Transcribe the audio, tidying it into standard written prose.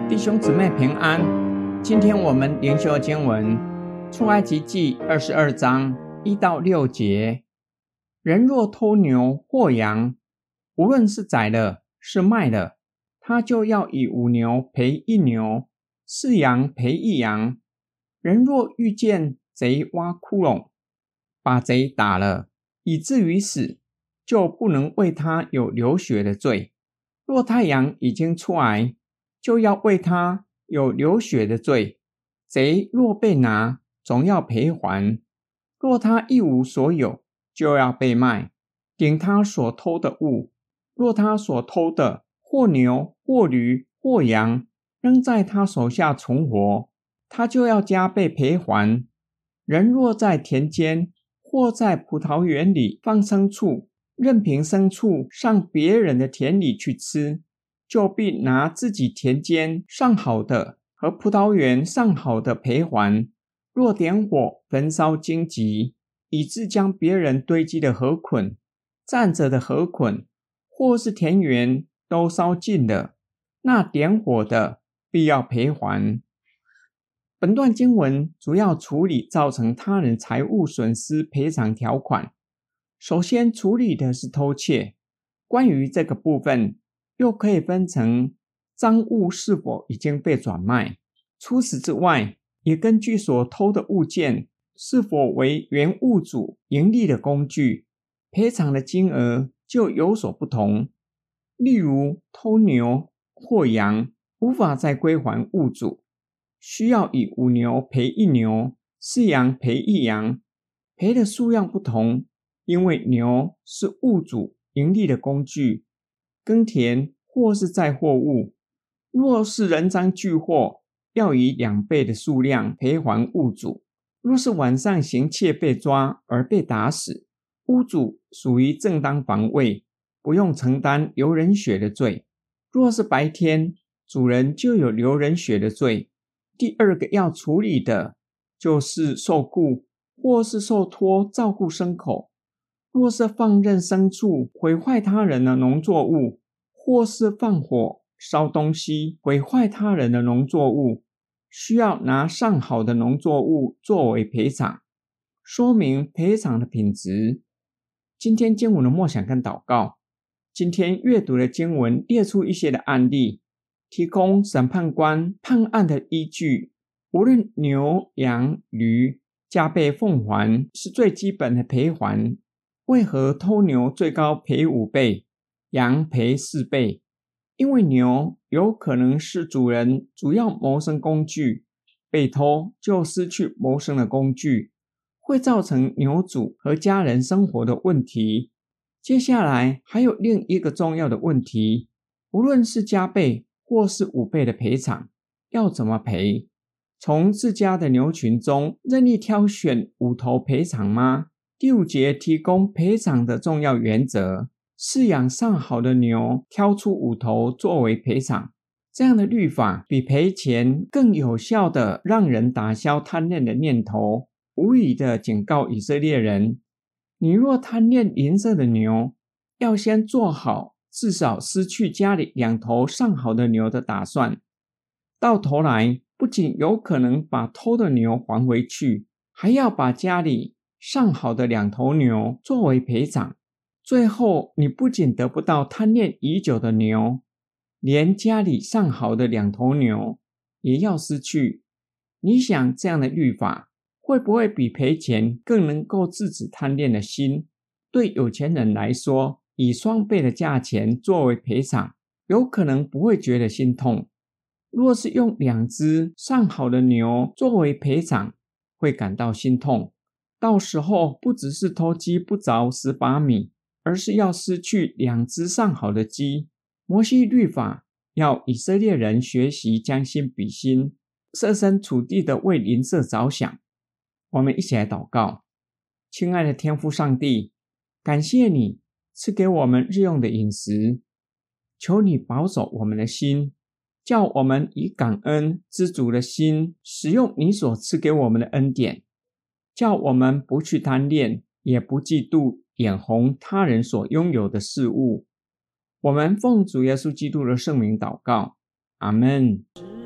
弟兄姊妹平安，今天我们灵修经文出埃及记22章1到6节。人若偷牛或羊，无论是宰了是卖了，他就要以5牛赔1牛，4羊赔1羊。人若遇见贼挖窟窿，把贼打了，以至于死，就不能为他有流血的罪。若太阳已经出来，就要为他有流血的罪。贼若被拿，总要赔还。若他一无所有，就要被卖，顶他所偷的物。若他所偷的或牛或驴或羊，仍在他手下存活，他就要加倍赔还。人若在田间或在葡萄园里放牲畜，任凭牲畜上别人的田里去吃，就必拿自己田间上好的和葡萄园上好的赔还。若点火焚烧荆棘，以致将别人堆积的禾捆、站着的禾捆或是田园都烧尽了，那点火的必要赔还。本段经文主要处理造成他人财物损失赔偿条款。首先处理的是偷窃，关于这个部分又可以分成赃物是否已经被转卖。除此之外，也根据所偷的物件是否为原物主盈利的工具，赔偿的金额就有所不同。例如偷牛或羊，无法再归还物主，需要以5牛赔1牛，4羊赔1羊。赔的数量不同，因为牛是物主盈利的工具，耕田或是载货物。若是人赃俱获，要以2倍的数量赔还物主。若是晚上行窃被抓而被打死，屋主属于正当防卫，不用承担流人血的罪。若是白天，主人就有流人血的罪。第二个要处理的就是受雇或是受托照顾牲口。若是放任牲畜毁坏他人的农作物，或是放火烧东西毁坏他人的农作物，需要拿上好的农作物作为赔偿，说明赔偿的品质。今天经文的默想跟祷告，今天阅读的经文列出一些的案例，提供审判官判案的依据。无论牛羊驴，加倍奉还是最基本的赔还。为何偷牛最高赔5倍，羊赔4倍？因为牛有可能是主人主要谋生工具，被偷就失去谋生的工具，会造成牛主和家人生活的问题。接下来还有另一个重要的问题，无论是加倍或是5倍的赔偿，要怎么赔？从自家的牛群中任意挑选5头赔偿吗？第5节提供赔偿的重要原则，饲养上好的牛，挑出5头作为赔偿。这样的律法比赔钱更有效的让人打消贪恋的念头，无疑的警告以色列人，你若贪恋银色的牛，要先做好至少失去家里2头上好的牛的打算。到头来不仅有可能把偷的牛还回去，还要把家里上好的2头牛作为赔偿。最后你不仅得不到贪恋已久的牛，连家里上好的2头牛也要失去。你想这样的律法会不会比赔钱更能够制止贪恋的心？对有钱人来说，以双倍的价钱作为赔偿，有可能不会觉得心痛。若是用2只上好的牛作为赔偿，会感到心痛。到时候不只是偷鸡不着蚀把米，而是要失去2只上好的鸡。摩西律法要以色列人学习将心比心，设身处地的为邻舍着想。我们一起来祷告。亲爱的天父上帝，感谢你赐给我们日用的饮食，求你保守我们的心，叫我们以感恩知足的心使用你所赐给我们的恩典，叫我们不去贪恋，也不嫉妒眼红他人所拥有的事物。我们奉主耶稣基督的圣名祷告， 阿们。